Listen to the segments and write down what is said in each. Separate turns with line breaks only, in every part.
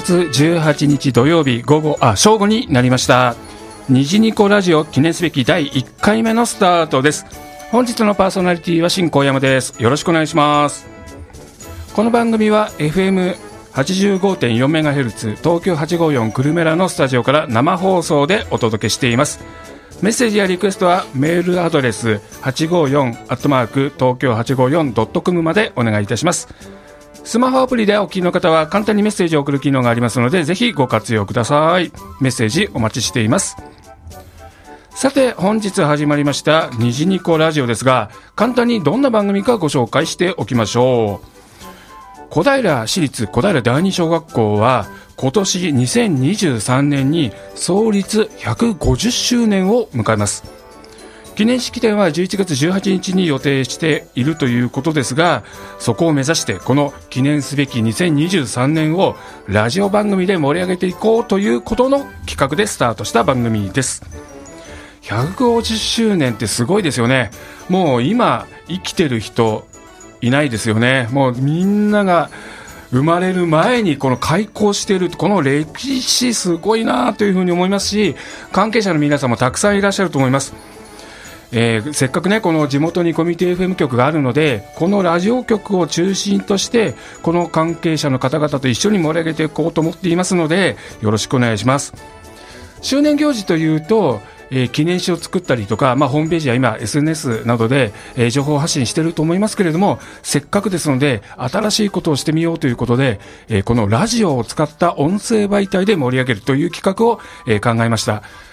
月18日土曜日正午になりました。にじにこラジオ記念すべき第1回目のスタートです。本日のパーソナリティは新高山です。よろしくお願いします。この番組は FM85.4MHz 東京854久留米らのスタジオから生放送でお届けしています。メッセージやリクエストはメールアドレス 854@東京 854.com までお願いいたします。スマホアプリでお聞きの方は簡単にメッセージを送る機能がありますので、ぜひご活用ください。メッセージお待ちしています。さて、本日始まりましたにじにこラジオですが、簡単にどんな番組かご紹介しておきましょう。小平市立小平第二小学校は今年2023年に創立150周年を迎えます。記念式典は11月18日に予定しているということですが、そこを目指してこの記念すべき2023年をラジオ番組で盛り上げていこうということの企画でスタートした番組です。150周年ってすごいですよね。もう今生きてる人いないですよね。もうみんなが生まれる前にこの開校しているこの歴史すごいなというふうに思いますし、関係者の皆さんもたくさんいらっしゃると思います。せっかくねこの地元にコミュニティ FM 局があるので、このラジオ局を中心としてこの関係者の方々と一緒に盛り上げていこうと思っていますので、よろしくお願いします。周年行事というと記念誌を作ったりとか、ホームページや今 SNS などで、情報発信していると思いますけれども、せっかくですので新しいことをしてみようということで、このラジオを使った音声媒体で盛り上げるという企画を、考えました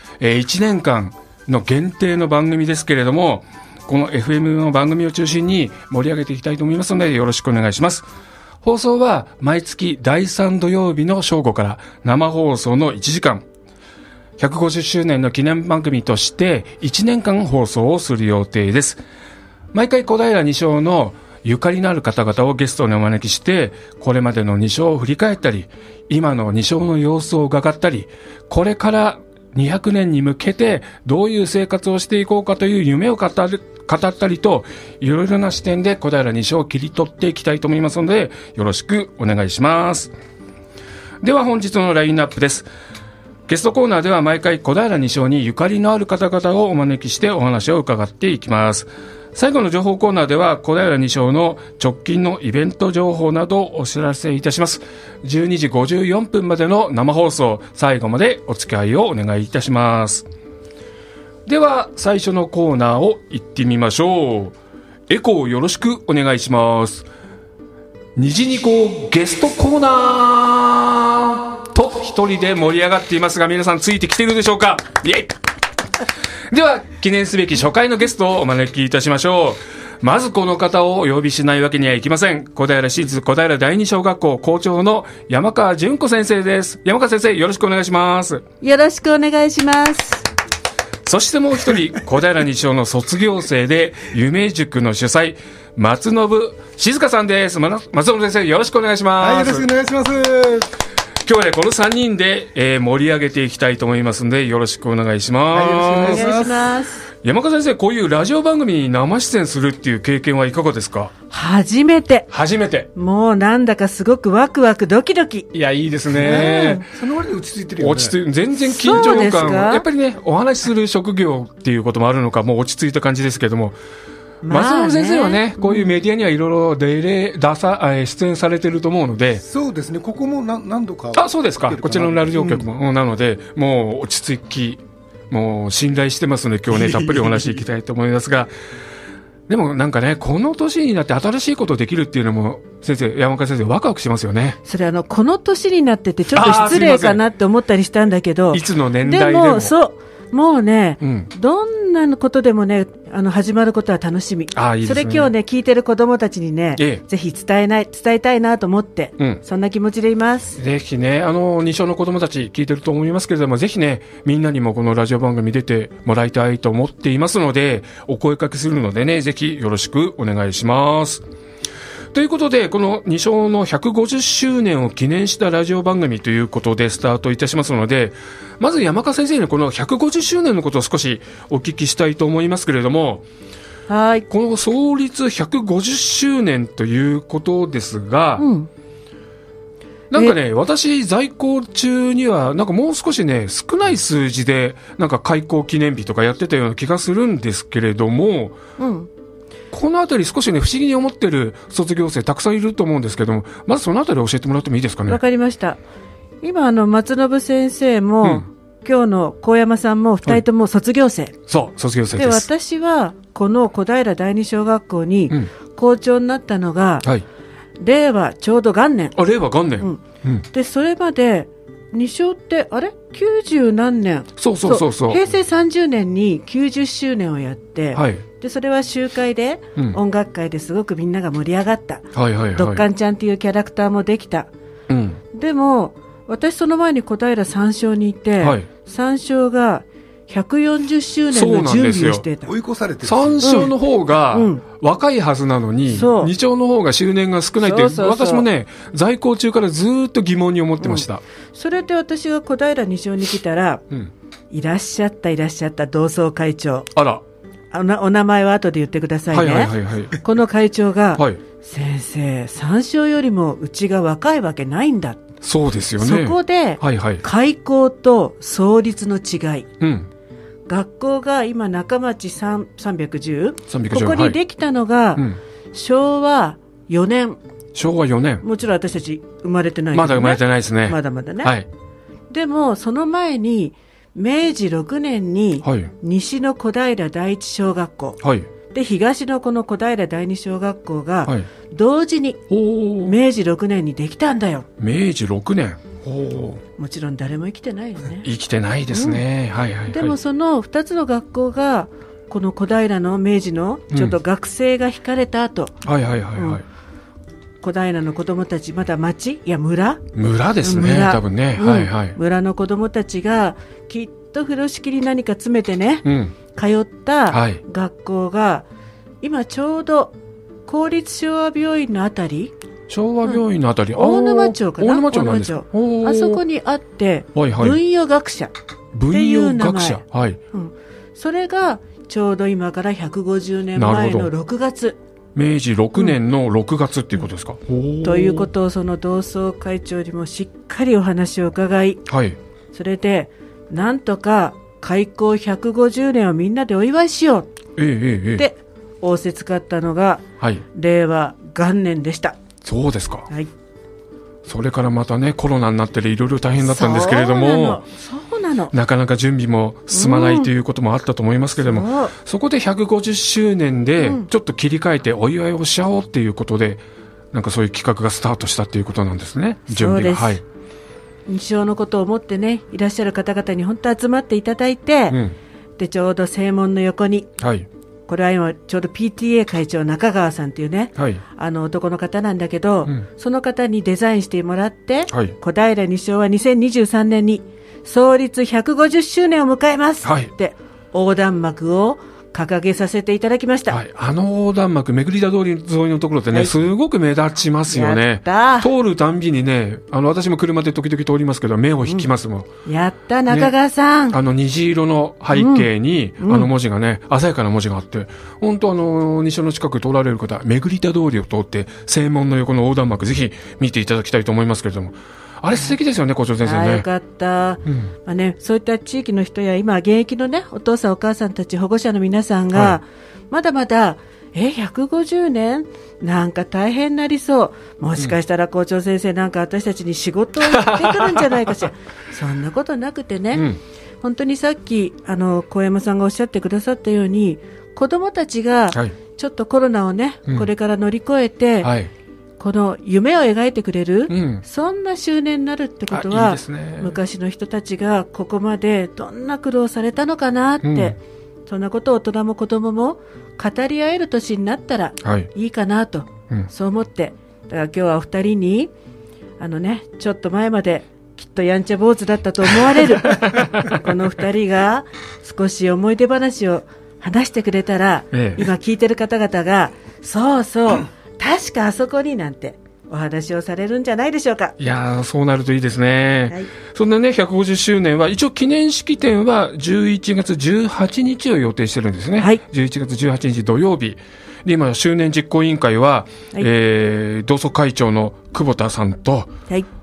。1年間の限定の番組ですけれども、この FM の番組を中心に盛り上げていきたいと思いますので、よろしくお願いします。放送は毎月第3土曜日の正午から生放送の1時間、150周年の記念番組として1年間放送をする予定です。毎回小平二小のゆかりのある方々をゲストにお招きして、これまでの二小を振り返ったり、今の二小の様子を伺ったり、これから200年に向けてどういう生活をしていこうかという夢を語ったりと、いろいろな視点で小平二小を切り取っていきたいと思いますので、よろしくお願いします。では本日のラインナップです。ゲストコーナーでは毎回小平二小にゆかりのある方々をお招きしてお話を伺っていきます。最後の情報コーナーでは小平二小の直近のイベント情報などをお知らせいたします。12時54分までの生放送、最後までお付き合いをお願いいたします。では最初のコーナーを行ってみましょう。エコーよろしくお願いします。にじにこゲストコーナーと一人で盛り上がっていますが、皆さんついてきているでしょうか。イエイ。では記念すべき初回のゲストをお招きいたしましょう。まずこの方をお呼びしないわけにはいきません。小平市立小平第二小学校校長の山川純子先生です。山川先生、よろしくお願いします。
よろしくお願いします。
そしてもう一人、小平二小の卒業生で夢塾の主催、松信静香さんです。松信先生、よろしくお願いします。
はい、よろしくお願いします。
今日はねこの3人で、盛り上げていきたいと思いますので、よろしくお願いします。
はい、よろしくお願いします。
山川先生、こういうラジオ番組に生出演するっていう経験はいかがですか？
初めて。もうなんだかすごくワクワクドキドキ。
いや、いいですね。
その割に落ち着いてるよね。
落ち着いて、全然緊張感。やっぱりね、お話しする職業っていうこともあるのか、もう落ち着いた感じですけども、松信先生はね、こういうメディアにはいろいろ出演されてると思うので。
そうですね、ここも何度か。
あ、そうですか。こちらのラジオ局も、なのでもう落ち着き、もう信頼してますので、今日ねたっぷりお話いきたいと思いますがでもなんかね、この年になって新しいことできるっていうのも、先生、山川先生、ワクワクしますよね。
それこの年になっててちょっと失礼かなって思ったりしたんだけど、
いつの年代でも。
でももうね、どんなことでもね、始まることは楽しみ。いいですね。それ今日ね、聞いてる子どもたちにね、ぜひ伝えたいなと思って、そんな気持ちでいます。
ぜひね、二小の子どもたち聞いてると思いますけれども、ぜひね、みんなにもこのラジオ番組出てもらいたいと思っていますので、お声かけするのでね、ぜひよろしくお願いします。ということで、この二小の150周年を記念したラジオ番組ということでスタートいたしますので、まず山川先生にこの150周年のことを少しお聞きしたいと思いますけれども、
はい、
この創立150周年ということですが、 なんかね、私在校中にはなんかもう少しね少ない数字でなんか開校記念日とかやってたような気がするんですけれども、このあたり少しね不思議に思ってる卒業生たくさんいると思うんですけども、まずそのあたり教えてもらってもいいですかね。
わかりました。今松信先生も、今日の高山さんも2人とも卒業生、
そう卒業生です。
で私はこの小平第二小学校に校長になったのが、令和ちょうど元年。
令和元年、
でそれまで二小ってあれ90何年、
そう平
成30年に90周年をやって、でそれは集会で、音楽会ですごくみんなが盛り上がった、ドッカンちゃんっていうキャラクターもできた、でも私その前に小平三小にいて、三小が140周年の準備をしていた。
追い越されてる。
三小の方が若いはずなのに、二小の方が周年が少ないって、私もね在校中からずっと疑問に思ってました。
それで私が小平二小に来たら、いらっしゃった同窓会長、
あら、
お名前は後で言ってくださいね。この会長が、先生三小よりもうちが若いわけないんだ。
そうですよね。
そこで、開校と創立の違い、学校が今中町310、ここにできたのが、昭和4年。
昭和4年。
もちろん私たち生まれてない、
まだ生まれてないですね。
まだまだね。でもその前に明治6年に西の小平第一小学校、で東のこの小平第二小学校が同時に明治6年にできたんだよ。
明治6年。
もちろん誰も生きてないよね。
生きてないですね。
でもその2つの学校がこの小平の明治のちょっと学生が引かれた後、小平の子どもたち、まだ町、いや村
ですね、多分ね、
村の子どもたちがきっと風呂敷に何か詰めてね、通った学校が、今ちょうど公立昭和病院のあたり、
昭和病院のあたり、
大沼町かな、
大沼町なんですか。
あそこにあって、分与学舎っていう名前、それがちょうど今から150年前の6月、
明治6年の6月っていうことですか。
ということをその同窓会長にもしっかりお話を伺い、それでなんとか開校150年をみんなでお祝いしようって仰せつかったのが、令和元年でした。
そうですか。それからまたねコロナになっていろいろ大変だったんですけれども、なかなか準備も進まないということもあったと思いますけれども、そこで150周年でちょっと切り替えてお祝いをしちゃおうっていうことで、なんかそういう企画がスタートしたっていうことなんですね、準備が。
日常のことを思ってねいらっしゃる方々に本当集まっていただいて、でちょうど正門の横に、これは今ちょうど PTA 会長中川さんっていうね、男の方なんだけど、その方にデザインしてもらって、小平二小は2023年に創立150周年を迎えますって横断幕を掲げさせていただきました。
横断幕、めぐり田通り沿いのところってね、すごく目立ちますよね。通るたんびにね、私も車で時々通りますけど目を引きますもん。
やった中川さん、
虹色の背景に、文字がね鮮やかな文字があって、本当西小の近く通られる方、めぐり田通りを通って正門の横の横断幕ぜひ見ていただきたいと思いますけれども、あれ素敵ですよね、校長先生ね。
よかった、そういった地域の人や今現役のねお父さんお母さんたち保護者の皆さんが、まだまだ150年なんか大変になりそう、もしかしたら校長先生なんか私たちに仕事を言ってくるんじゃないかしらそんなことなくてね、本当にさっき小山さんがおっしゃってくださったように、子どもたちがちょっとコロナをね、これから乗り越えて、この夢を描いてくれる、そんな周年になるってことは、いいですね、昔の人たちがここまでどんな苦労されたのかなって、そんなことを大人も子供も語り合える年になったらいいかなと、そう思って、だから今日はお二人にちょっと前まできっとやんちゃ坊主だったと思われるこの二人が少し思い出話を話してくれたら、今聞いてる方々がそう確かあそこになんてお話をされるんじゃないでしょうか。
いやー、そうなるといいですね。そんなね150周年は一応記念式典は11月18日を予定してるんですね。11月18日土曜日で、今周年実行委員会は、同窓会長の久保田さんと、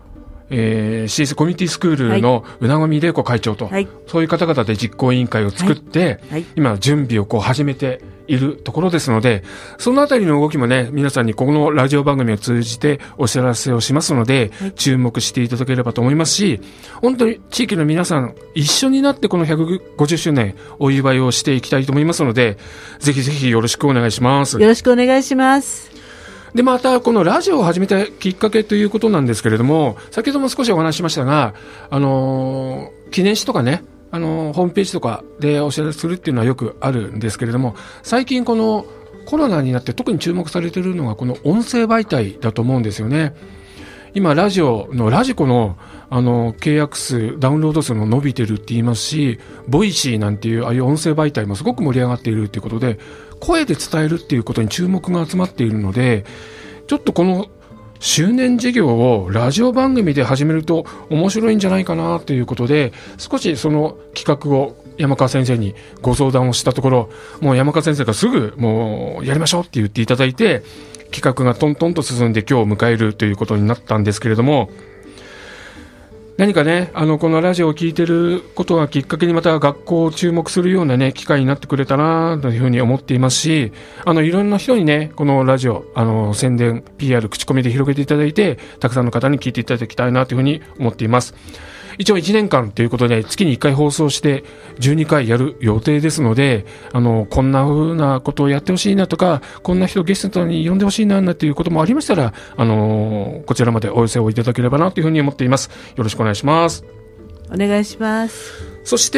CS コミュニティスクールの宇名上玲子会長と、はい、そういう方々で実行委員会を作って、はいはい、今準備を始めているところですので、そのあたりの動きもね、皆さんにこのラジオ番組を通じてお知らせをしますので、はい、注目していただければと思いますし、本当に地域の皆さん一緒になってこの150周年お祝いをしていきたいと思いますので、ぜひぜひよろしくお願いします。
よろしくお願いします。
で、また、このラジオを始めたきっかけということなんですけれども、先ほども少しお話ししましたが、記念誌とかね、ホームページとかでお知らせするっていうのはよくあるんですけれども、最近このコロナになって特に注目されているのがこの音声媒体だと思うんですよね。今、ラジコの、契約数、ダウンロード数も伸びてるって言いますし、ボイシーなんていう、ああいう音声媒体もすごく盛り上がっているということで、声で伝えるっていうことに注目が集まっているので、ちょっとこの周年事業をラジオ番組で始めると面白いんじゃないかなということで、少しその企画を山川先生にご相談をしたところ、もう山川先生がすぐもうやりましょうって言っていただいて、企画がトントンと進んで今日を迎えるということになったんですけれども、何かね、このラジオを聞いてることがきっかけにまた学校を注目するようなね、機会になってくれたなというふうに思っていますし、いろんな人にね、このラジオ、宣伝、PR、口コミで広げていただいて、たくさんの方に聞いていただきたいなというふうに思っています。一応1年間ということで、月に1回放送して12回やる予定ですので、こんな風なことをやってほしいなとか、こんな人をゲストに呼んでほしいなということもありましたら、こちらまでお寄せをいただければなというふうに思っています。よろしくお願いします。
お願いします。
そして、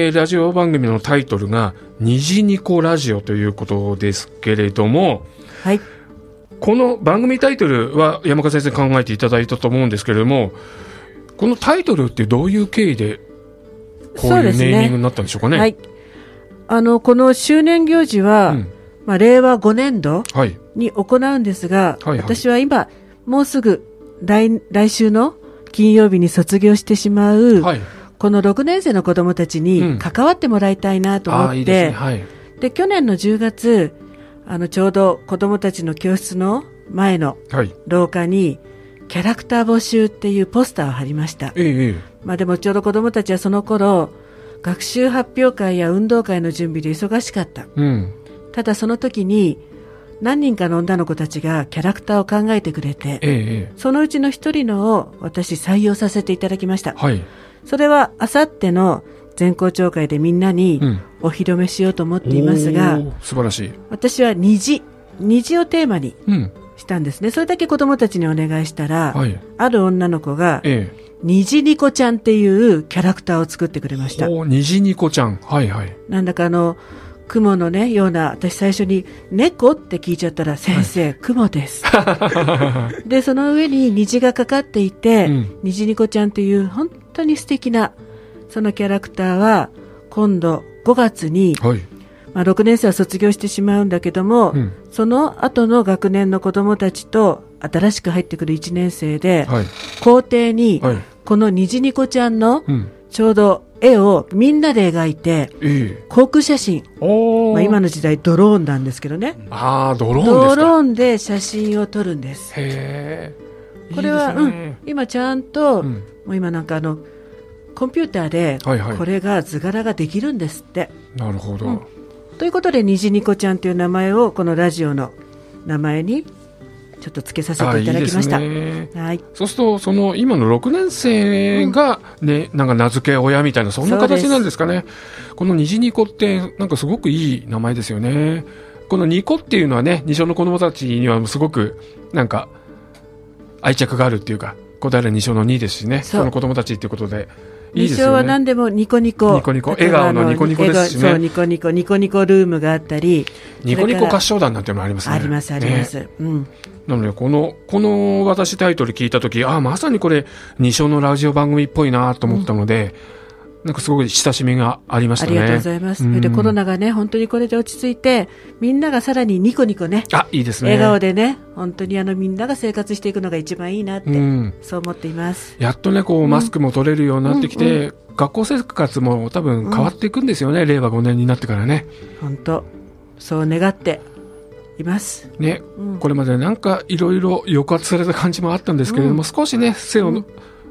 ラジオ番組のタイトルが、にじにこラジオということですけれども、
はい。
この番組タイトルは山川先生考えていただいたと思うんですけれども、このタイトルってどういう経緯でこういうネーミングになったんでしょうかね。
はい、この周年行事は、令和5年度に行うんですが、はいはい、私は今もうすぐ来週の金曜日に卒業してしまう、はい、この6年生の子どもたちに関わってもらいたいなと思って、で去年の10月ちょうど子どもたちの教室の前の廊下に、キャラクター募集っていうポスターを貼りました。でもちょうど子どもたちはその頃学習発表会や運動会の準備で忙しかった、ただその時に何人かの女の子たちがキャラクターを考えてくれて、そのうちの一人のを私採用させていただきました、それはあさっての全校長会でみんなにお披露目しようと思っていますが、
素晴らしい。
私は虹をテーマに、したんですね。それだけ子どもたちにお願いしたら、ある女の子が、虹ニコちゃんっていうキャラクターを作ってくれました。
虹ニコちゃん、
なんだか雲のねような、私最初に猫って聞いちゃったら、先生、雲ですでその上に虹がかかっていて、虹ニコちゃんっていう本当に素敵なそのキャラクターは今度5月に、6年生は卒業してしまうんだけども、その後の学年の子どもたちと新しく入ってくる1年生で、校庭にこの虹ニコちゃんのちょうど絵をみんなで描いて、航空写真、今の時代ドローンなんですけどね、
ドロー
ンで写真を撮るんです。これは、今ちゃんと、もう今なんかコンピューターでこれが図柄ができるんですって。
なるほど、
ということで虹ニコちゃんという名前をこのラジオの名前にちょっと付けさせていただきました。
そうするとその今の6年生が、なんか名付け親みたいな、そんな形なんですかね。この虹ニコってなんかすごくいい名前ですよね。このニコっていうのはね、二小の子供たちにはすごくなんか愛着があるっていうか、小平二小の2ですしね、その子供たちっていうことでいいですよね。
は何でもニコニコ、
笑顔のニコニコですしね。
そうニコニコルームがあったり、
ニコニコ合唱団なんていうのもありますね。
あります、
なのでこの私タイトル聞いたとき、まさにこれ二小のラジオ番組っぽいなと思ったので、なんかすごく親しみがありましたね。
ありがとうございます。でコロナがね本当にこれで落ち着いて、みんながさらにニコニコね、
いいですね、
笑顔でね、本当にみんなが生活していくのが一番いいなって、そう思っています。
やっとねこうマスクも取れるようになってきて、学校生活も多分変わっていくんですよね、令和5年になってからね。
本当そう願っています
ね、これまでなんかいろいろ抑圧された感じもあったんですけれども、少しね背を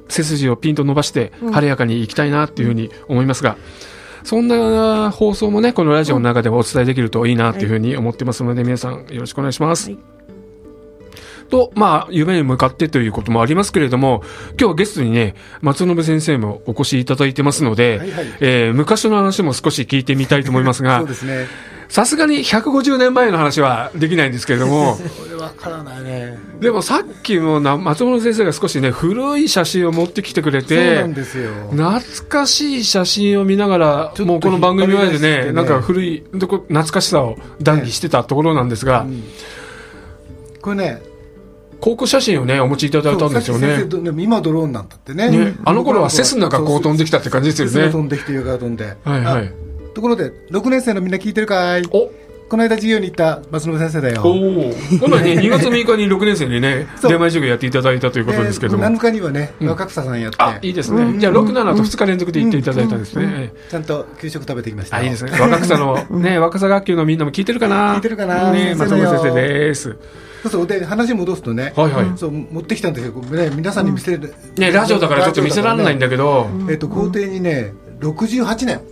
背筋をピンと伸ばして晴れやかにいきたいなっていうふうに思いますが、そんな放送もね、このラジオの中ではお伝えできるといいなというふうに思ってますので、皆さんよろしくお願いします。と、夢に向かってということもありますけれども、今日はゲストにね、松信先生もお越しいただいてますので、昔の話も少し聞いてみたいと思いますが、
そうですね。
さすがに150年前の話はできないんですけれども、
それわからないね。
でもさっきも松本先生が少しね、古い写真を持ってきてくれて、
そうなんですよ。
懐かしい写真を見ながら、もうこの番組前でね、なんか古い懐かしさを談義してたところなんですが、
これね、
航空写真をね、お持ちいただいたんですよね。
今ドローンなんだってね。
あの頃はセスナがこう飛んできたって感じですよね。
セスナ飛んできて、床が飛んで。
はいはい。
ところで、6年生のみんな聞いてるかい？この間授業に行った松信先生だよ。
今度はね、2月6日に6年生にね、出前授業やっていただいたということですけども。
7日にはね、若草さんやって。
いいですね。じゃあ、6、7と2日連続で行っていただいたんですね。
ちゃんと給食食べてきました。
いいですね。若草の、ね、若草学級のみんなも聞いてるかな？
聞いてるかな？
ね、松信先生です。
そうで話戻すとね、そう持ってきたんですけど、皆さんに見せる、
ね、ラジオだからちょっと見せられないんだけど、
校庭にね、68年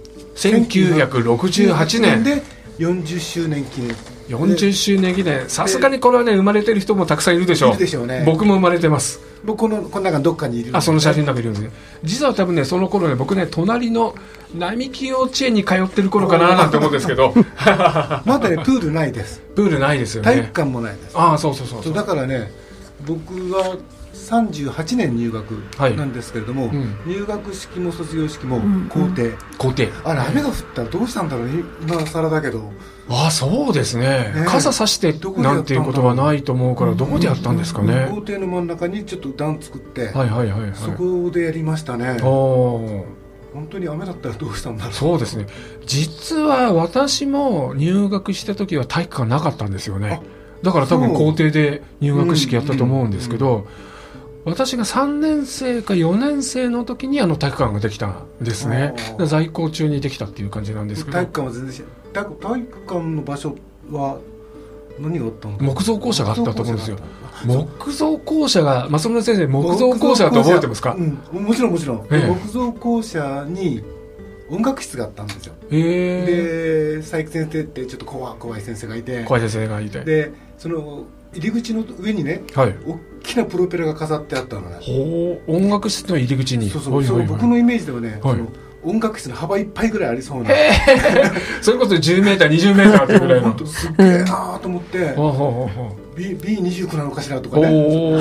1968年
で40周年記念。
40周年記念、さすがにこれはね、生まれてる人もたくさんいるでしょう。
いるでしょうね。
僕も生まれてます。
僕この中どっかにいる、
その写真の中にいるんですね。実は多分ね、その頃ね、僕ね、隣の並木幼稚園に通ってる頃かななんて思うんですけど
まだね、プールないです。
プールないですよね。
体育館もないです。そうだからね、僕は38年入学なんですけれども、入学式も卒業式も校庭、あれ雨が降ったらどうしたんだろう、今更だけど。
そうですね。傘さしてなんていうことはないと思うから、どこでやったんですかね。
校庭の真ん中にちょっと段作って、そこでやりましたね。本当に雨だったらどうしたんだろう。
そうですね。実は私も入学した時は体育館なかったんですよね。だから多分校庭で入学式やったと思うんですけど、私が3年生か4年生の時に体育館ができたんですね。在校中にできたっていう感じなんですけど。
体育館は全然体育館の場所は何があったの？
木造校舎があったと思うんですよ。木造校舎が、松本先生、木造校舎だと覚えてますか？
もちろん。木造校舎に音楽室があったんですよ。で、佐伯先生ってちょっと怖い先生がいて。で、その入り口の上にね、大きなプロペラが飾ってあったのね。
音楽室の入り口に。
そう僕のイメージではね、音楽室の幅いっぱいぐらいありそうな。
それこそ10メーター、20メーターってぐらいの。
すっげえなと思って、B29 なのかしらとかね。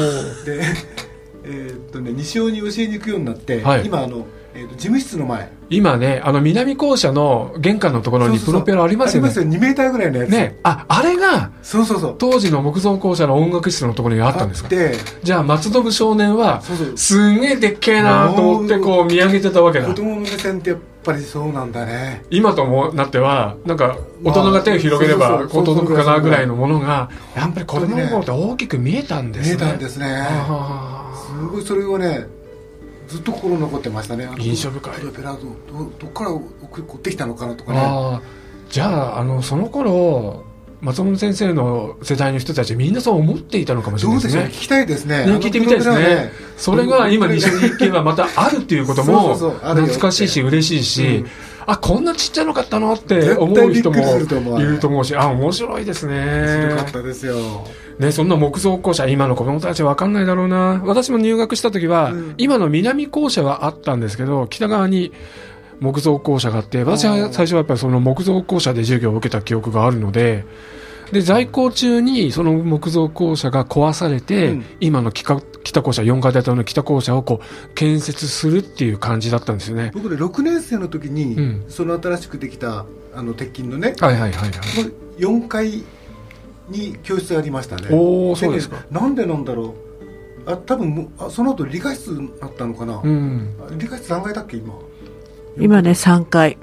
で、西尾に教えに行くようになって、今事務室の前。
今ね、南校舎の玄関のところにプロペラありますよね。
ありますよ、2メーターぐらいのやつ。
ね、あれが、当時の木造校舎の音楽室のところにあったんですか？じゃあ、松信少年は、すんげえでっけえなと思ってこう見上げてたわけだ。
子供の目線ってやっぱりそうなんだね。
今ともなっては、なんか、大人が手を広げれば、こう届くかなぐらいのものが、やっぱり子供の頃って大きく見えたんですね。
見えたんですね。すごい、それをね、ずっと心残ってましたね。
印象深い。
プロペラどっから送ってきたのかなとかね。
じゃあ、その頃松本先生の世代の人たちみんなそう思っていたのかもしれないですね。
どうでしょう、聞きたいですね。
聞いてみたいですね。それが今西尾に行けばまたあるっていうことも懐かしいし嬉しいし、こんなちっちゃいの買ったのって思う人もいると思うし、面白いですね。
面白かったですよ。
ね、そんな木造校舎、今の子供たちは分かんないだろうな。私も入学した時は、今の南校舎はあったんですけど、北側に木造校舎があって、私は最初はやっぱりその木造校舎で授業を受けた記憶があるので、在校中にその木造校舎が壊されて、今の北校舎、4階建ての北校舎をこう建設するっていう感じだったんですよね。
僕で6年生の時に、その新しくできた鉄筋のね、4階に教室がありましたね。
そうですか。
なんでなんだろう。多分その後理科室になったのかな。理科室何階だっけ
今ね、3階。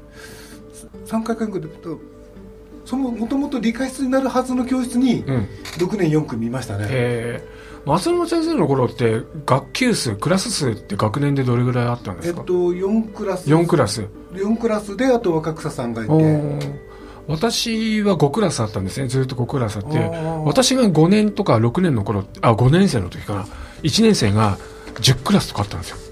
3階か4階で、もともと理科室になるはずの教室に6年4組いましたね。
松本先生の頃って学級数、クラス数って学年でどれぐらいあったんですか
？4クラス。
4クラス。
4クラスで、あと若草さんがいて。
私は5クラスあったんですね。ずっと5クラスあって、私が5年とか6年の頃、5年生の時かな、1年生が10クラスとかあったんですよ。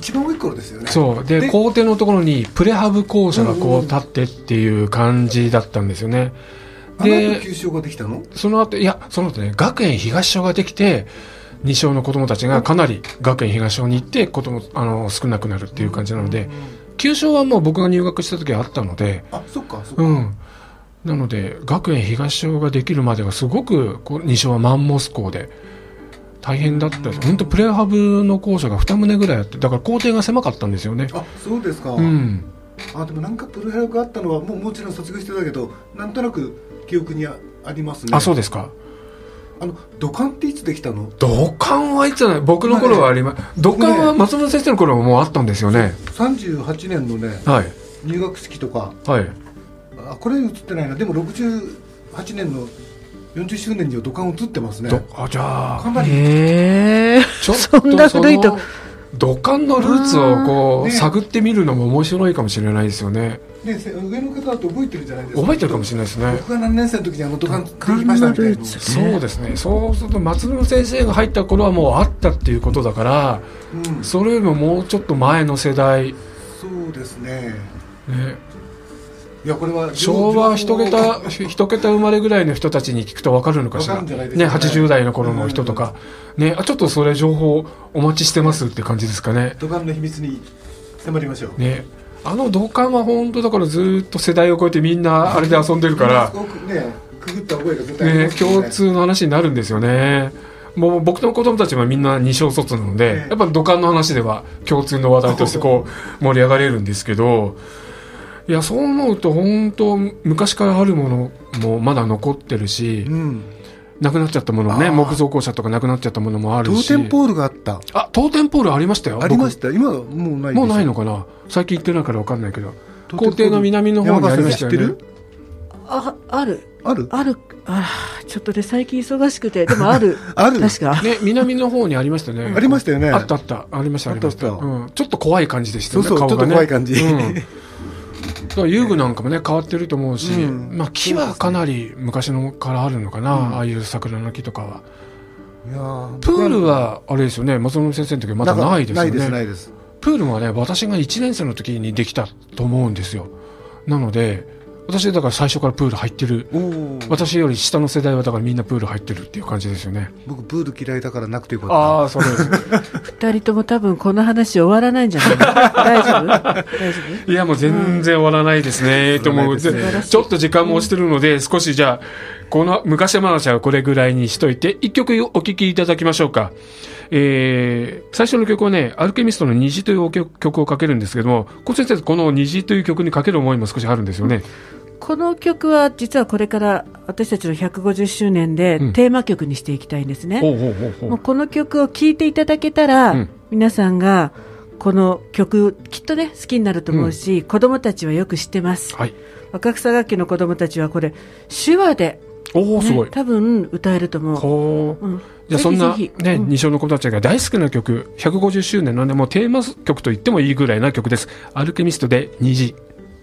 一番多い頃ですよね。
そうで校庭のところにプレハブ校舎がこう立ってっていう感じだったんですよね。
で旧小ができたの？
その後ね、学園東小ができて二小の子供たちがかなり学園東小に行って少なくなるっていう感じなので、旧小はもう僕が入学した時はあったので、
そっかそっか、
なので学園東小ができるまではすごく二小はマンモス校で大変だったです。本当プレハブの校舎が2棟ぐらいあって、だから校庭が狭かったんですよね。
そうですか。でもなんかプレハブがあったのはもちろん卒業してたけど、なんとなく記憶にありますね。
そうですか。
土管っていつできたの？
土管はいつじゃない、僕の頃はあります。土管は松本先生の頃はもうあったんですよね。
38年のね、入学式とか、これ映ってないな。でも68年の40周年には土管映ってますね。
じゃあ
かなり
そんな古いと
土管のルーツを探ってみるのも面白いかもしれないですよね。
上の方だと覚えてるじゃないですか。
覚えてるかもしれないですね。
僕が何年生の時に土管できましたみたいな。
そうですね。そうすると松野先生が入った頃はもうあったっていうことだから、それよりももうちょっと前の世代。
そうですね。いやこれは
昭和一桁生まれぐらいの人たちに聞くと分かるのかしら。80代の頃の人とか、ちょっとそれ情報お待ちしてますって感じですかね。
土管の秘密に迫りましょう。
土管は本当だからずっと世代を超えてみんなあれで遊んでるから、
くぐった覚えが絶対あります
ね。共通の話になるんですよね。もう僕の子供たちはみんな2小卒なので、やっぱ土管の話では共通の話題として盛り上がれるんですけど、いやそう思うと本当昔からあるものもまだ残ってるし、なくなっちゃったものね、木造校舎とかなくなっちゃったものもあるし。
当店ポールがあった。
当店ポールありましたよ。
ありました。今はもうないです。
もうないのかな。最近行ってないから分かんないけど、校庭の南の方にありましたよね。
知ってる？
ある。ちょっとね最近忙しくて、でもある確か
ね、南の方にありましたね。
ありましたよね。
あったありました。ちょっと怖い感じでしたね。
そうちょっと怖い感じ。
遊具なんかもね変わってると思うし、木はかなり昔のからあるのかな、ああいう桜の木とかは。プールはあれですよね、松本先生の時はまだないですよね。
ないです。
プールはね私が1年生の時にできたと思うんですよ。なので私だから最初からプール入ってる。私より下の世代はだからみんなプール入ってるっていう感じですよね。
僕プール嫌いだからなくてよかった。
そうです
2人とも多分この話終わらないんじゃない大丈
夫？いやもう全然終わらないですね、と思う。ちょっと時間も押してるので、少しじゃあこの昔話はこれぐらいにしといて1曲お聴きいただきましょうか。最初の曲はねアルケミストの虹という曲をかけるんですけども、小先生この虹という曲にかける思いも少しあるんですよね。
この曲は実はこれから私たちの150周年でテーマ曲にしていきたいんですね。もうこの曲を聴いていただけたら、皆さんがこの曲きっとね好きになると思うし、子供たちはよく知ってます。若草楽器の子供たちはこれ手話で、
すごい
多分歌えると思う。
じゃあそんな二小の子たちが大好きな曲、150周年なんでもうテーマ曲と言ってもいいぐらいな曲です。アルケミストで虹。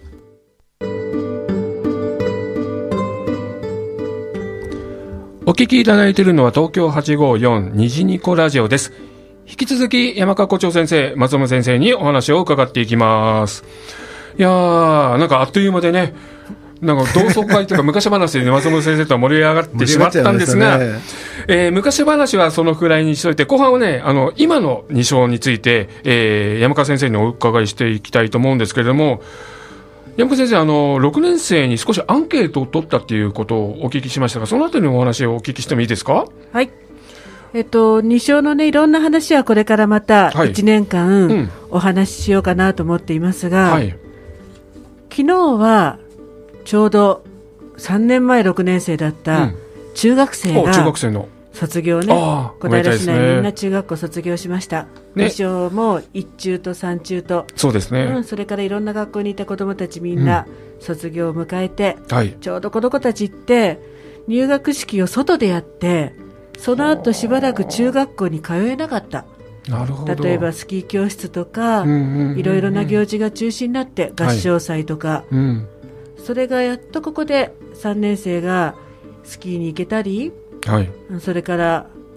お聞きいただいているのは東京854虹ニコラジオです。引き続き山川校長先生、松本先生にお話を伺っていきます。いやーなんかあっという間でね、なんか同窓会というか昔話で、松本先生とは盛り上がってしまったんですが、昔話はそのくらいにしといて、後半はね今の二小について、山川先生にお伺いしていきたいと思うんですけれども、山川先生6年生に少しアンケートを取ったということをお聞きしましたが、そのあたりのお話をお聞きしてもいいですか？
はい。二小のねいろんな話はこれからまた1年間、お話ししようかなと思っていますが、昨日はちょうど3年前6年生だった中学生が卒業ね、小平市内みんな中学校卒業しました。二小も1中と3中と、
そうですね、
それからいろんな学校にいた子どもたちみんな卒業を迎えて、ちょうどこの子たちって入学式を外でやって、その後しばらく中学校に通えなかった。
なるほど。
例えばスキー教室とか、いろいろな行事が中止になって合唱祭とか、それがやっとここで3年生がスキーに行けたり、それから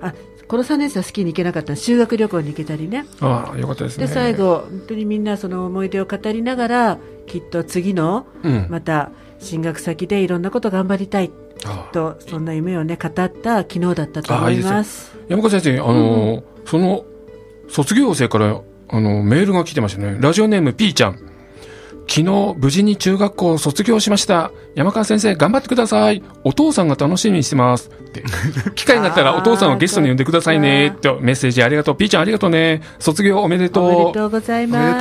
この3年生はスキーに行けなかった修学旅行に行けたりね。
ああ、よかったですね。
で最後本当にみんなその思い出を語りながら、きっと次の、また進学先でいろんなこと頑張りたいと、そんな夢をね語った昨日だったと思います。
山川先生、その卒業生からメールが来てましたね。ラジオネーム P ちゃん。昨日無事に中学校を卒業しました。山川先生頑張ってください。お父さんが楽しみにしてますって機会があったらお父さんをゲストに呼んでくださいねってメッセージありがとう。 P ちゃんありがとうね。卒業おめでとう。
おめでとうございます。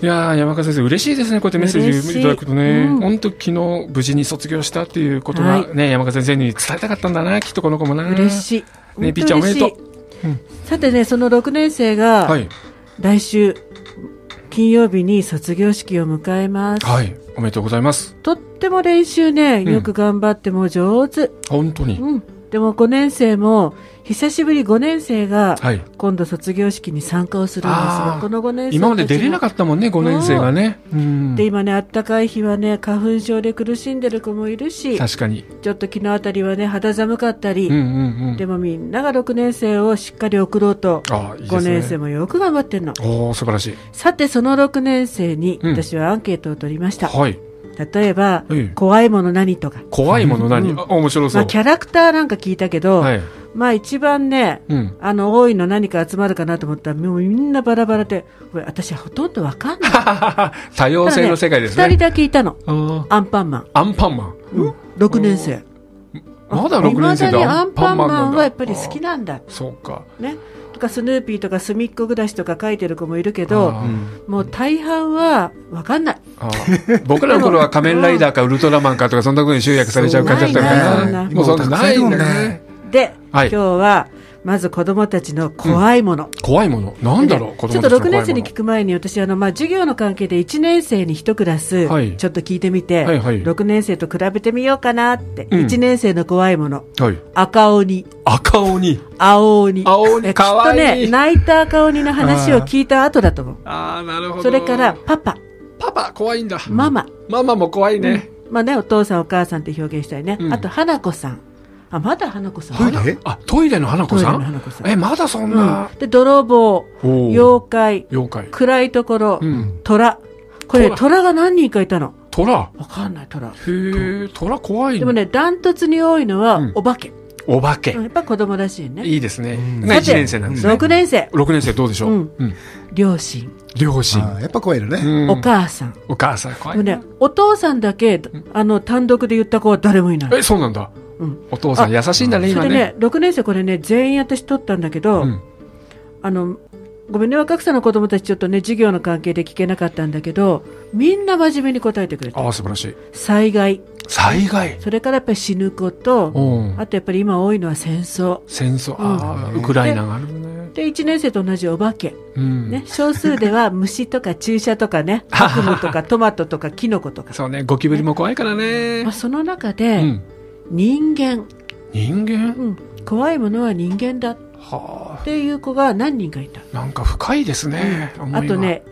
いや山川先生嬉しいですね。こうやってメッセージいただくとね、本当昨日無事に卒業したっていうことはね、山川先生に伝えたかったんだな、きっとこの子もな。
嬉しい
ね。 P ちゃんおめでとう。
さてね、その6年生が来週金曜日に卒業式を迎えます。
はい、おめでとうございます。
とっても練習ね、よく頑張っても上手。
本当に。
でも5年生も久しぶり5年生が今度卒業式に参加をするんですが、この5年生
今まで出れなかったもんね、5年生がね。
で今ね、あったかい日はね花粉症で苦しんでる子もいるし、
確かに
ちょっと昨日あたりはね肌寒かったり、でもみんなが6年生をしっかり送ろうと、5年生もよく頑張ってるの。
素晴らしい。
さてその6年生に私はアンケートを取りました。
はい。
例えば、怖いもの何とか。
怖いもの何、面白そう。
キャラクターなんか聞いたけど、一番ね、多いの何か集まるかなと思ったら、もうみんなバラバラで、私はほとんどわかんない。
多様性の世界ですね。
2人だけいたの。アンパンマン。
アンパンマン。
6年生。
まだ6年生で
アンパンマンはやっぱり好きなんだ。
そうか。
ね。スヌーピーとかすみっこ暮らしとか書いてる子もいるけど、もう大半は分かんない。
僕らの頃は仮面ライダーかウルトラマンかとかそんな風に集約されちゃう感じだったから、もうそんなないんだね。
で、今日はまず子供たちの怖いもの。
怖いものなんだろう。
ちょっと6年生に聞く前に私授業の関係で1年生に1クラスちょっと聞いてみて、6年生と比べてみようかなって。1年生の怖いもの、赤鬼、
赤鬼、
青鬼、
かわいい。
きっとね泣いた赤鬼の話を聞いた後だと思う。
なるほど。
それからパパ
怖いんだ。
ママ
も怖いね。
お父さんお母さんって表現したいね。あと花子さん。まだ花子さん。
トイレの花子さん。まだそんな。
で泥棒、妖怪、暗いところ、虎。これ虎が何人かいたの。
虎。
わかんない虎。
へえ、虎怖い。
でもね、ダントツに多いのはお化け。
お化け。
やっぱ子供らしいね。
いいですね。1年生なんですね。
6年生。
6年生どうでしょう。
両親。
やっぱ怖いのね。
お母さん。
お母さん怖いね。
お父さんだけ単独で言った子は誰もいない。
そうなんだ。お父さん優しいんだね今ね。
それね、6年生これね全員私取ったんだけど、ごめんね、若草の子供たちちょっとね授業の関係で聞けなかったんだけど、みんな真面目に答えてくれた。
素晴らしい。
災害、
そ
れからやっぱり死ぬこと、あとやっぱり今多いのは戦争、
ウクライナがあるね。
で1年生と同じお化け、少数では虫とか注射とかね悪夢とかトマトとかキノコとか。
そうね、ゴキブリも怖いからね。
その中で、人間、怖いものは人間だっていう子が何人かいた。
なんか深いですね。
あとね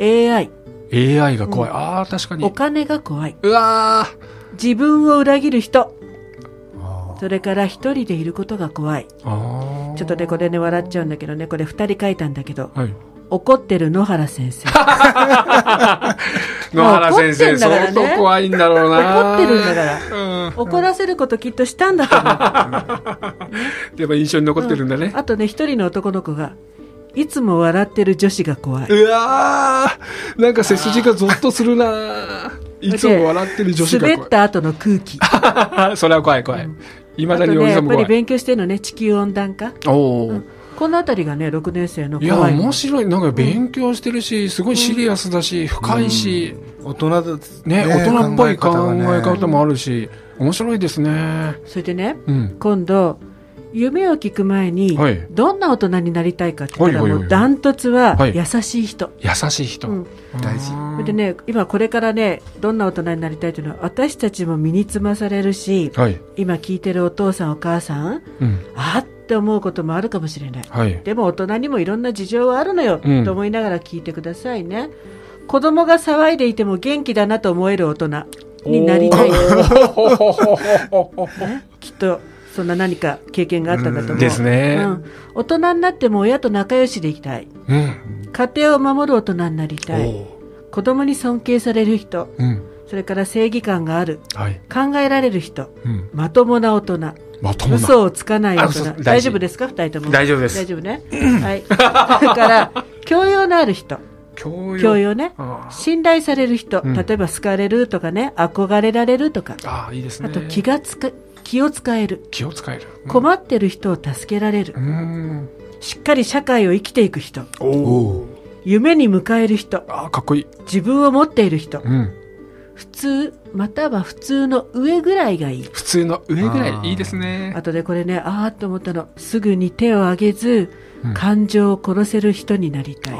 AI
が怖い。確かに
お金が怖い。
自
分を裏切る人、それから一人でいることが怖い。ちょっとねこれね笑っちゃうんだけどね、これ2人書いたんだけど、怒ってる野原先生。
野原先生相当怖いんだろうな。
怒ってるんだから、怒らせることきっとしたんだと思う。
やっぱ印象に残ってるんだね。
あとね一人の男の子がいつも笑ってる女子が怖い。
なんか背筋がゾッとするな。いつも笑ってる女子が怖い。
滑った後の空気。
それは怖い。未だに俺さんも怖い。
やっぱり勉強してるのね、地球温暖化。このあたりがね6年生の怖い。
面白い。なんか勉強してるし、すごいシリアスだし、深いし、
大人だ
ね、大人っぽい考え方もあるし、面白いですね。
それでね、今度夢を聞く前に、どんな大人になりたいかって言ったら、もうダントツは優しい人。
大
事。でね、今これからねどんな大人になりたいというのは私たちも身につまされるし、今聞いてるお父さんお母さん、って思うこともあるかもしれない。でも大人にもいろんな事情はあるのよ、と思いながら聞いてくださいね。子供が騒いでいても元気だなと思える大人になりたい。きっとそんな何か経験があったかと思う。
ですね、
大人になっても親と仲良しでいきたい、家庭を守る大人になりたい、子供に尊敬される人、それから正義感がある、考えられる人、まともな大人、嘘をつかない大人。大丈夫ですか2人とも。
大丈夫です。
大丈夫ね。はい。だから教養のある人、教養ね、信頼される人、例えば好かれるとかね、憧れられるとか、
いいですね。
あと気を使える、困ってる人を助けられる、しっかり社会を生きていく人、夢に迎える人、
かっこいい。
自分を持っている人、普通または普通の上ぐらいがいい。
普通の上ぐらいいいですね。
あとでこれね、と思ったの、すぐに手を挙げず、感情を殺せる人になりたい。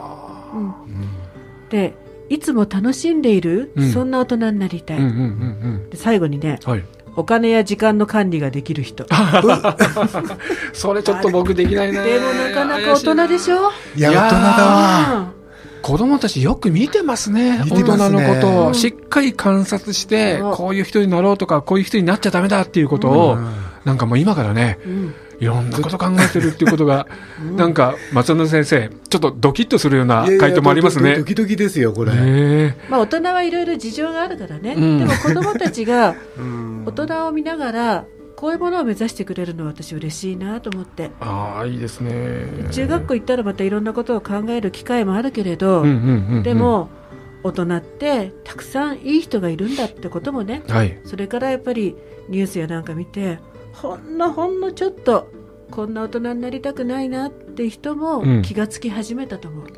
で、いつも楽しんでいる、そんな大人になりたい。で最後にね、お金や時間の管理ができる人。
それちょっと僕できないな。
でもなかなか大人でしょ。
いや、大人だわ。
子供たちよく見てますね。大人のことをしっかり観察して、こういう人になろうとか、こういう人になっちゃダメだっていうことを、なんかもう今からね、いろんなこと考えてるっていうことが、なんか松野先生、ちょっとドキッとするような回答もありますね。
ドキドキですよ、これ。
大人はいろいろ事情があるからね。でも子供たちが大人を見ながら、こういうものを目指してくれるのは私嬉しいなと思って。
いいですね。
中学校行ったらまたいろんなことを考える機会もあるけれど、でも大人ってたくさんいい人がいるんだってこともね、それからやっぱりニュースやなんか見て、ほんのちょっとこんな大人になりたくないなって人も気がつき始めたと思う。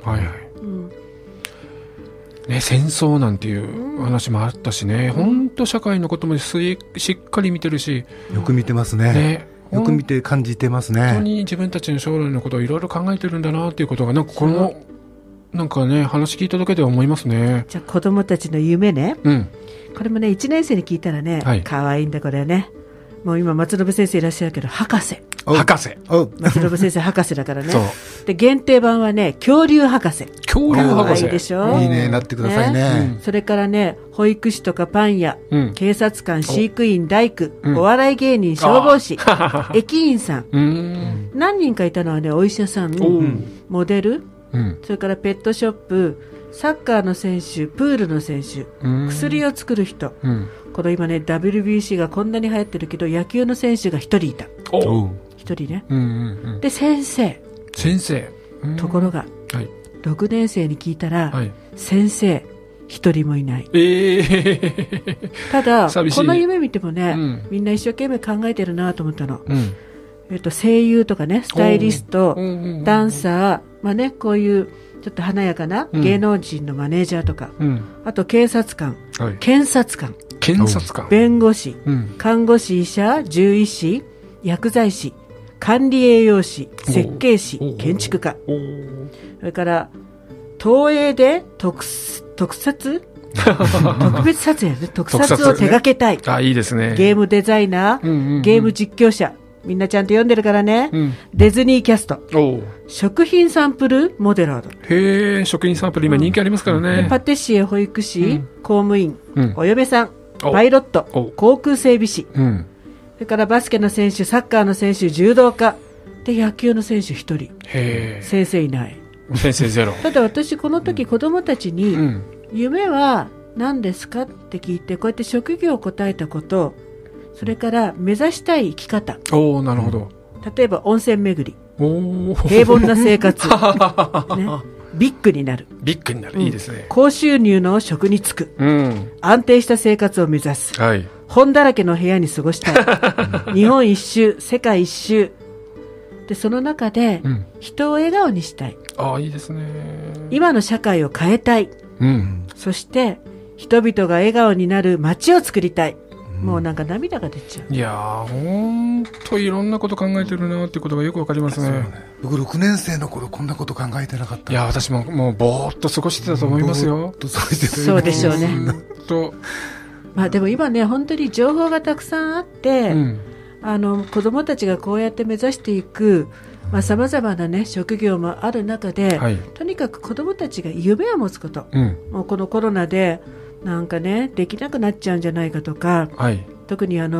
戦争なんていう話もあったしね、本当社会のこともしっかり見てるし、
よく見てますね。よく見て感じてますね。
本当に自分たちの将来のことをいろいろ考えてるんだなっていうことが、なんかこのなんかね、話聞いただけで思いますね。
じゃあ子供たちの夢ね、これもね1年生に聞いたらね、可愛いんだこれね。もう今松信先生いらっしゃるけど、博士松信先生博士だからね。で限定版はね、恐竜博士。
恐竜博士
いいでしょ。
いいね、なってくださいね。
それからね、保育士とかパン屋、警察官、飼育員、大工、お笑い芸人、消防士、駅員さん、何人かいたのはね、お医者さん、モデル、それからペットショップ、サッカーの選手、プールの選手、薬を作る人、この今ね WBC がこんなに流行ってるけど、野球の選手が1人いた。1人ね。で先生、ところが、6年生に聞いたら、先生1人もいない。ただこの夢見てもね、みんな一生懸命考えてるなと思ったの。声優とかね、スタイリスト、ダンサー、こういうちょっと華やかな芸能人のマネージャーとか、あと警察官、検察官、弁護士、看護師、医者、獣医師、薬剤師、管理栄養士、設計士、建築家、それから東映で特別撮影ね、特撮を手掛けたい、
いいですね。
ゲームデザイナー、ゲーム実況者、みんなちゃんと読んでるからね、ディズニーキャスト、食品サンプルモデラー
ド。食品サンプル今人気ありますからね。
パティシエ、保育士、公務員、お嫁さん、パイロット、航空整備士、それからバスケの選手、サッカーの選手、柔道家で、野球の選手1人、先生いない。
先生ゼロ。
ただ私この時子供たちに、夢は何ですかって聞いて、こうやって職業を答えたこと、それから目指したい生き方。
なるほど。
例えば温泉巡り、平凡な生活、ビッグになる。
いいですね。
高収入の職に就く。安定した生活を目指す。本だらけの部屋に過ごしたい。日本一周、世界一周。で、その中で、人を笑顔にしたい。
いいですね。
今の社会を変えたい。そして、人々が笑顔になる街を作りたい。もうなんか涙が出ちゃう。
いやー、ほんといろんなこと考えてるなっていうことがよくわかりますね。
僕6年生の頃こんなこと考えてなかった。
いや、私ももうぼーっと過ごしてたと思いますよ。
そうでしょうね。でも今ね、本当に情報がたくさんあって、子どもたちがこうやって目指していくさまざまなね職業もある中で、とにかく子どもたちが夢を持つこと、もうこのコロナでなんかねできなくなっちゃうんじゃないかとか、特に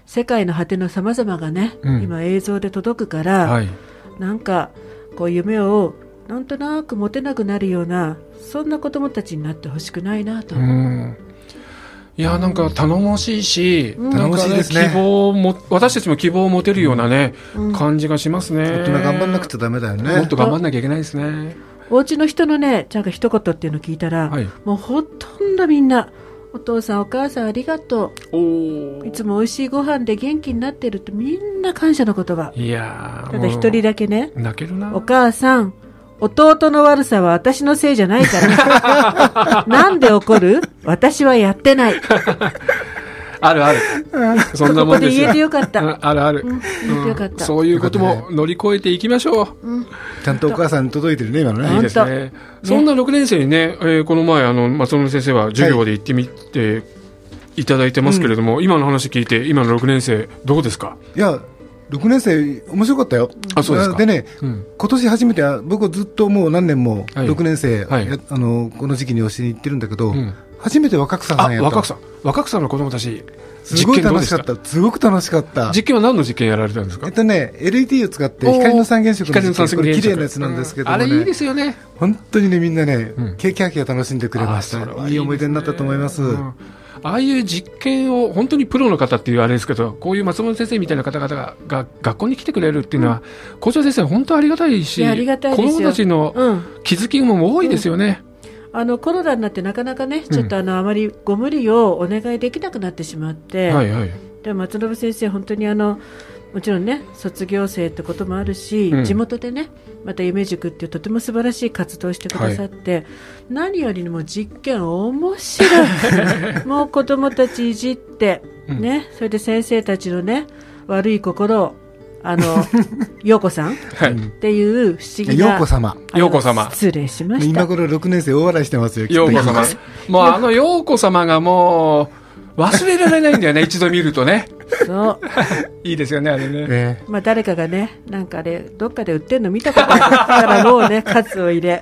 世界の果ての様々がね、今映像で届くから、なんかこう夢をなんとなく持てなくなるような、そんな子供たちになってほしくないなと。
いや、なんか頼もしいし、なんかね、希望も、私たちも希望を持てるようなね、感じがしますね。
大人頑張んなくちゃダメだよね。
もっと頑張んなきゃいけないですね。
お家の人のね、なんか一言っていうのを聞いたら、もうほとんどみんな、お父さんお母さんありがとう、いつも美味しいご飯で元気になってるって、みんな感謝の言葉。
いや、
ただ一人だけね、
泣けるな。
お母さん、弟の悪さは私のせいじゃないからなんで怒る？私はやってない
あるある。そんなもんですよ。ここで
言えてよかった。
あるある、
言えてよかった。
そういうことも乗り越えていきましょう。
ちゃんとお母さんに届いてるね、今のね。
いいですね。そんな6年生にね、この前松本先生は授業で行ってみていただいてますけれども、今の話聞いて今の6年生どうですか？
いや、6年生面白かったよ。
あ、そうですか。
でね、今年初めて、僕ずっともう何年も6年生、この時期に教えに行ってるんだけど、初めて若草さんやった。
若草の子供たち、
すごい楽しかった。すごく楽しかった。
実験は何の実験やられたんですか
？LED を使って光の三原色の実験、これ綺麗なやつなんですけどもね。
あれいいですよね。
本当にね、みんなね、キャキャキャ楽しんでくれました。いい思い出になったと思います。
ああいう実験を本当にプロの方っていうあれですけど、こういう松本先生みたいな方々が学校に来てくれるっていうのは、校長先生本当ありがたいし、子供たちの気づきも多いですよね。
コロナになってなかなかね、ちょっとあまりご無理をお願いできなくなってしまって、でも松信先生本当にもちろんね、卒業生ってこともあるし、地元でね、また夢塾っていうとても素晴らしい活動をしてくださって、何よりも実験面白いもう子供たちいじって、ね、それで先生たちのね、悪い心を陽子さんっていう不思議な
陽子様、
失礼しました。
今頃6年生大笑いしてますよ。
陽子様もう陽子様がもう忘れられないんだよね一度見るとね。
そう
いいですよね、あれね。
まあ誰かがね、なんかどっかで売ってるの見たことあるからもうね、数を入れ、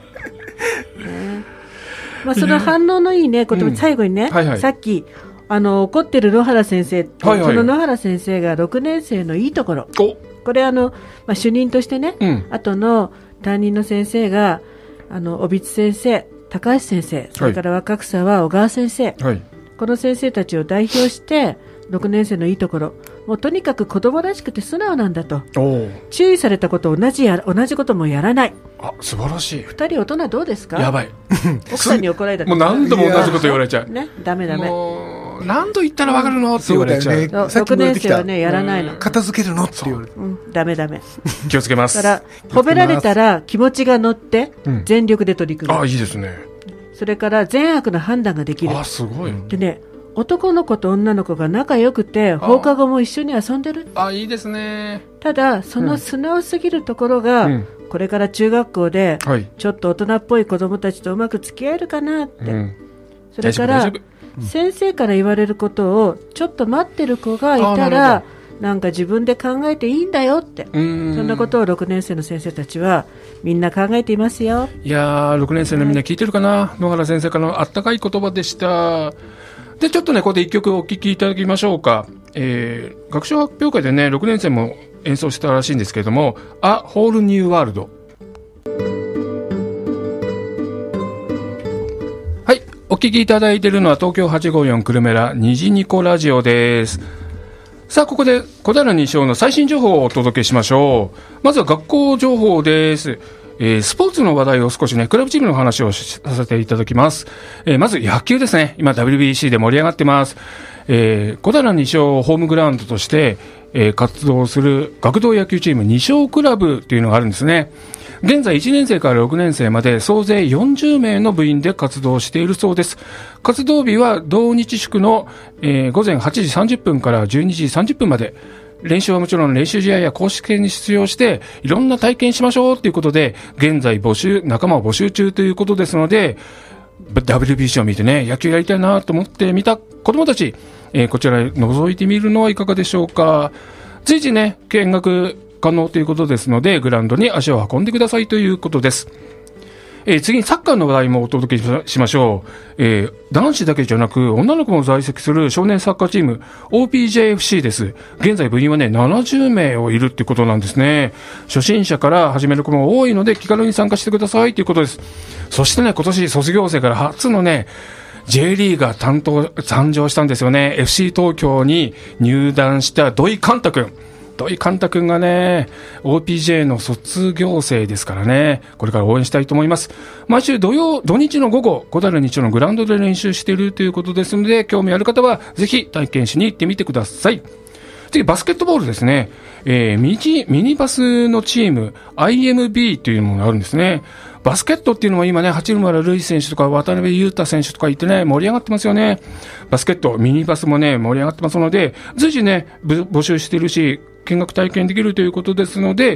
まあその反応のいいね、ことも最後にね、さっき怒ってる野原先生、その野原先生が6年生のいいところ、これ主任としてね、後の担任の先生が小光先生、高橋先生、それから若草は小川先生、この先生たちを代表して6年生のいいところ、もうとにかく子供らしくて素直なんだと、注意されたこと同じこともやらない。
素晴らしい。
2人大人どうですか？
やばい。
奥さんに怒られた。
もう何度も同じこと言われちゃう。
ね、ダメ。
何度言ったら分かるのって言われちゃう。
6年生はね、やらないの。
片付けるのって言われる。
ダメ。
気をつけます。
だから褒められたら気持ちが乗って全力で取り組む。
いいですね。
それから善悪の判断ができる。
すごい。
でね、男の子と女の子が仲良くて放課後も一緒に遊んでる。
いいですね。
ただその素直すぎるところが、これから中学校でちょっと大人っぽい子供たちとうまく付き合えるかなって、それから先生から言われることをちょっと待ってる子がいたら、なんか自分で考えていいんだよって、そんなことを6年生の先生たちはみんな考えていますよ。
いやー、6年生のみんな聞いてるかな、野原先生からのあったかい言葉でした。でちょっとね、ここで1曲お聴きいただきましょうか。学習発表会でね、6年生も演奏したらしいんですけれども、A Whole New World。はい、お聴きいただいているのは東京854久留米ら虹ニコラジオです。さあ、ここで小平西小の最新情報をお届けしましょう。まずは学校情報です。スポーツの話題を少しね、クラブチームの話をさせていただきます。まず野球ですね。今 WBC で盛り上がってます。小平西小ホームグラウンドとして、活動する学童野球チーム西小クラブというのがあるんですね。現在1年生から6年生まで総勢40名の部員で活動しているそうです。活動日は同日祝の、午前8時30分から12時30分まで。練習はもちろん練習試合や公式戦に出場していろんな体験しましょうということで、現在仲間を募集中ということですので、WBC を見てね、野球やりたいなと思ってみた子供たち、こちらへ覗いてみるのはいかがでしょうか。随時ね、見学可能ということですので、グラウンドに足を運んでくださいということです。
次にサッカーの話題もお届けしましょう。男子だけじゃなく女の子も在籍する少年サッカーチーム OPJFC です。現在部員はね70名をいるってことなんですね。初心者から始める子も多いので気軽に参加してくださいということです。そしてね今年卒業生から初のねJ リーガー誕生したんですよね。 FC 東京に入団した土井寛太君がね OPJ の卒業生ですからね、これから応援したいと思います。毎週土日の午後小平日のグラウンドで練習しているということですので、興味ある方はぜひ体験しに行ってみてください。次バスケットボールですね。ミニバスのチーム IMB というものがあるんですね。バスケットっていうのも今ね八村塁選手とか渡辺裕太選手とかいてね盛り上がってますよね。バスケットミニバスもね盛り上がってますので随時ね募集しているし見学体験できるということですので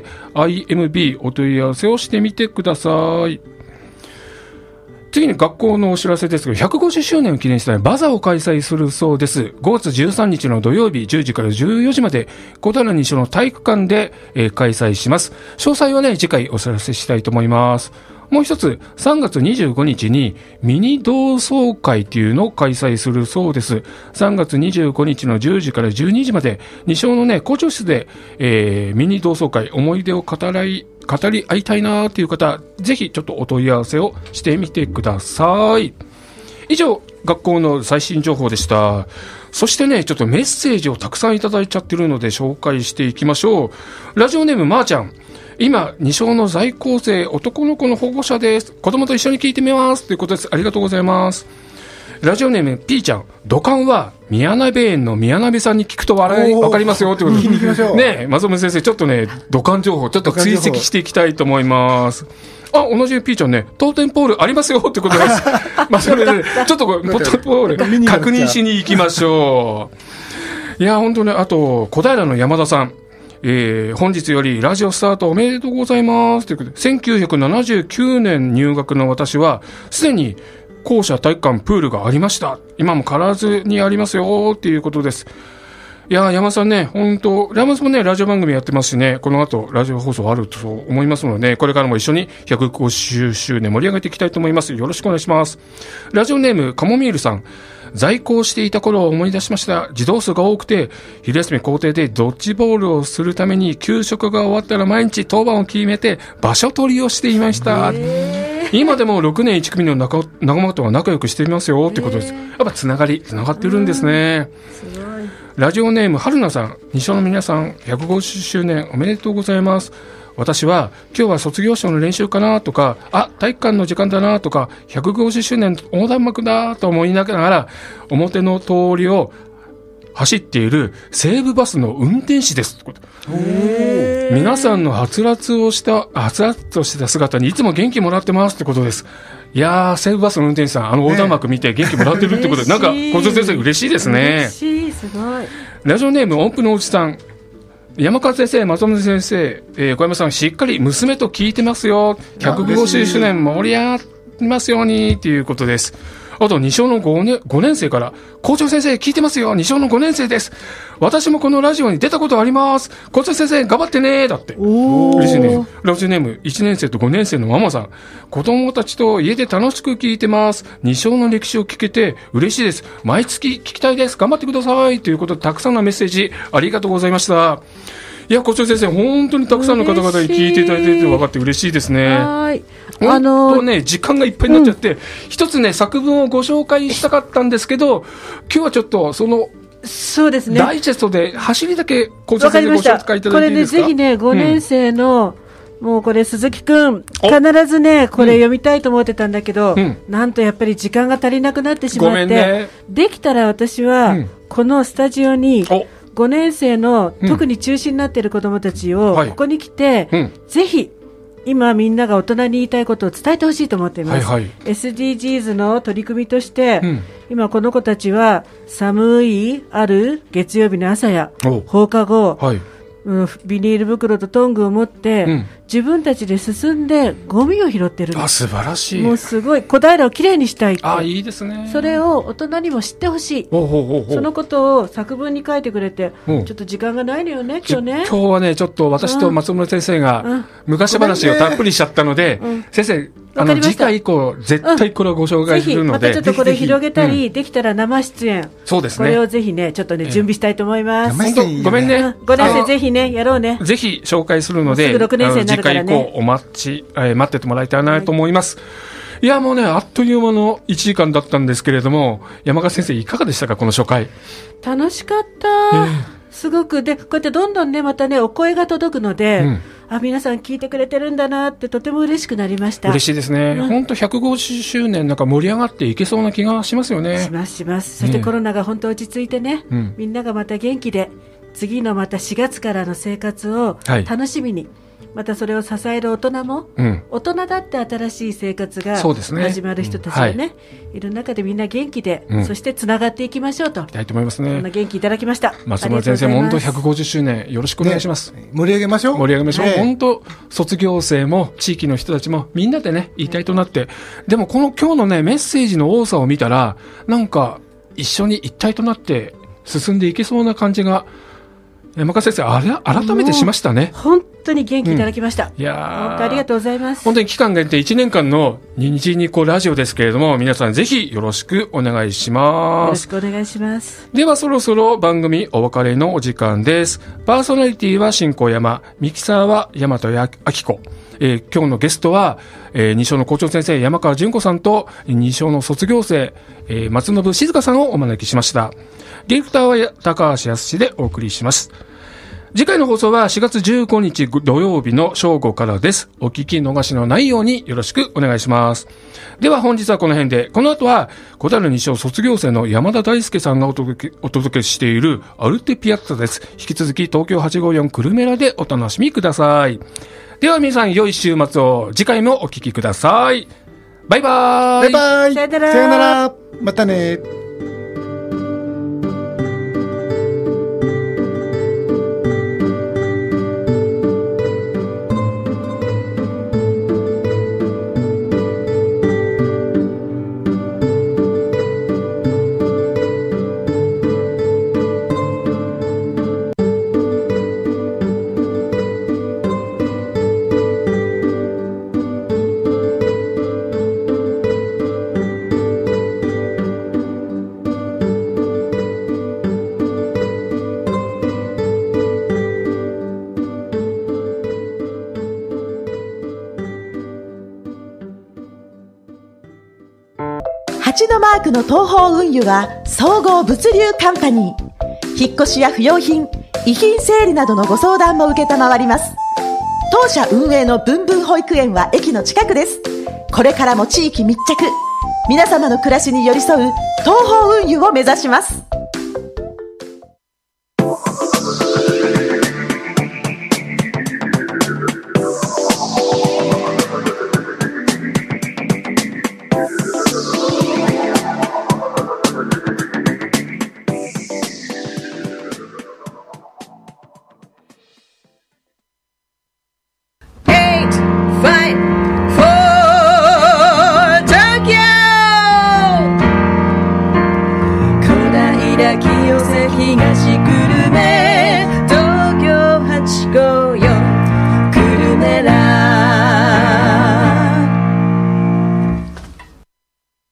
IMB お問い合わせをしてみてください。次に学校のお知らせですが、150周年を記念したバザーを開催するそうです。5月13日の土曜日10時から14時まで小平西署の体育館で、開催します。詳細はね次回お知らせしたいと思います。もう一つ3月25日にミニ同窓会というのを開催するそうです。3月25日の10時から12時まで西署のね校長室で、ミニ同窓会思い出を語り合いたいなという方ぜひちょっとお問い合わせをしてみてください。以上学校の最新情報でした。そしてねちょっとメッセージをたくさんいただいちゃってるので紹介していきましょう。ラジオネームまーちゃん、今二小の在校生男の子の保護者です。子供と一緒に聞いてみますということです。ありがとうございます。ラジオネーム P ちゃん、土管は宮鍋園の宮鍋さんに聞くとわかりますよということでね、松本先生ちょっとね土管情報ちょっと追跡していきたいと思います。同じ P ちゃんね当店ポールありますよということです。それでちょっとポール確認しに行きましょう。いや本当ね、あと小平の山田さん、本日よりラジオスタートおめでとうございますということで、1979年入学の私はすでに校舎体育館プールがありました。今も変わらずにありますよっていうことです。いや山田さんね本当山田さんもねラジオ番組やってますしね、この後ラジオ放送あると思いますので、これからも一緒に150周年盛り上げていきたいと思います。よろしくお願いします。ラジオネームカモミールさん、在校していた頃を思い出しました。児童数が多くて昼休み校庭でドッジボールをするために給食が終わったら毎日当番を決めて場所取りをしていました。今でも6年1組の仲間とは仲良くしていますよということです。やっぱつながってるんですね。
すごい。
ラジオネームはるなさん、西尾の皆さん150周年おめでとうございます。私は今日は卒業証の練習かなとか、体育館の時間だなとか、150周年横断幕だと思いながら表の通りを走っている西武バスの運転士です。皆さんのはつらつとした姿にいつも元気もらってますってことです。いやー西武バスの運転手さん横断幕見て元気もらってるってことで、なんか校長先生嬉しいですね。
嬉しい、すごい。
ラジオネーム音符のおじさん、山川先生、松本先生、小山さんしっかり娘と聞いてますよ。150周年盛り上がりますようにということです。あと2小の5年生から校長先生聞いてますよ。2小の5年生です。私もこのラジオに出たことあります。校長先生頑張ってねだって。嬉しいね。ラジオネーム1年生と5年生のママさん、子供たちと家で楽しく聞いてます。2小の歴史を聞けて嬉しいです。毎月聞きたいです。頑張ってくださいということで、たくさんのメッセージありがとうございました。いや校長先生本当にたくさんの方々に聞いていただいて分かって嬉しいですね。
はい、
本当ね時間がいっぱいになっちゃって、一つね作文をご紹介したかったんですけど、今日はちょっと
そうですね、
ダイジェストで走りだけ校長先生ご紹介いただいていいですか。
これねぜひね5年生の、もうこれ鈴木くん必ずねこれ読みたいと思ってたんだけど、なんとやっぱり時間が足りなくなってしまって、ね、できたら私は、このスタジオに5年生の特に中心になっている子どもたちをここに来て、ぜひ今みんなが大人に言いたいことを伝えてほしいと思っています。SDGs の取り組みとして、今この子たちは寒いある月曜日の朝や放課後、ビニール袋とトングを持って、自分たちで進んでゴミを拾ってるんです。
素晴らしい。
もうすごい小平をきれいにしたいって。
いいですね。
それを大人にも知ってほしい。そのことを作文に書いてくれて、ちょっと時間がないのよね今日ね。
今日はねちょっと私と松本先生が昔話をたっぷりしちゃったので、先生次回以降絶対これをご紹介するので、
ぜひまたちょっとこれ広げたり、できたら生出演、
そうですね、
これをぜひねちょっとね準備したいと思います。
ごめんね、
5年生ぜひねやろうね。
ぜひ紹介するので、
すぐ6年生になるからね、
次回以降待っててもらいたいなと思います。いやもうね、あっという間の1時間だったんですけれども、山川先生いかがでしたか、この初回。
楽しかった、すごく。でこうやってどんどんねまたねお声が届くので、皆さん聞いてくれてるんだなってとても嬉しくなりました。
嬉しいですね、本当150周年なんか盛り上がっていけそうな気がしますよね。
します。そしてコロナが本当落ち着いてね、みんながまた元気で次のまた4月からの生活を楽しみに、またそれを支える大人も、大人だって新しい生活が始まる人たちがね、いる中でみんな元気で、そしてつながっていきましょうと。いき
たいと思いますね。
そんな元気いただきました。
松村先生も本当150周年よろしくお願いします。
盛り上げましょう。
本当卒業生も地域の人たちもみんなでね一体となって、でもこの今日のねメッセージの多さを見たら、なんか一緒に一体となって進んでいけそうな感じが山川先生改めてしましたね。
本当に元気いただきました、
いや
本当ありがとうございます。
本当に期間限定1年間の虹ニコラジオですけれども、皆さんぜひよろしくお願いします。
よろしくお願いします。
ではそろそろ番組お別れのお時間です。パーソナリティは新小山、ミキサーは大和明子、今日のゲストは、二小の校長先生山川純子さんと二小の卒業生、松信静香さんをお招きしました。ディレクターは高橋康でお送りします。次回の放送は4月15日土曜日の正午からです。お聞き逃しのないようによろしくお願いします。では本日はこの辺で、この後は小樽二小卒業生の山田大輔さんがお届けしているアルテピアッツァです。引き続き東京854クルメラでお楽しみください。では皆さん良い週末を。次回もお聞きください。バイバーイ。
バイバイ。
さよなら。
さよなら。またね。
8のマークの東方運輸は総合物流カンパニー。引っ越しや不要品、遺品整理などのご相談も受けたまわります。当社運営のぶんぶん保育園は駅の近くです。これからも地域密着、皆様の暮らしに寄り添う東方運輸を目指します。
東久留米東京854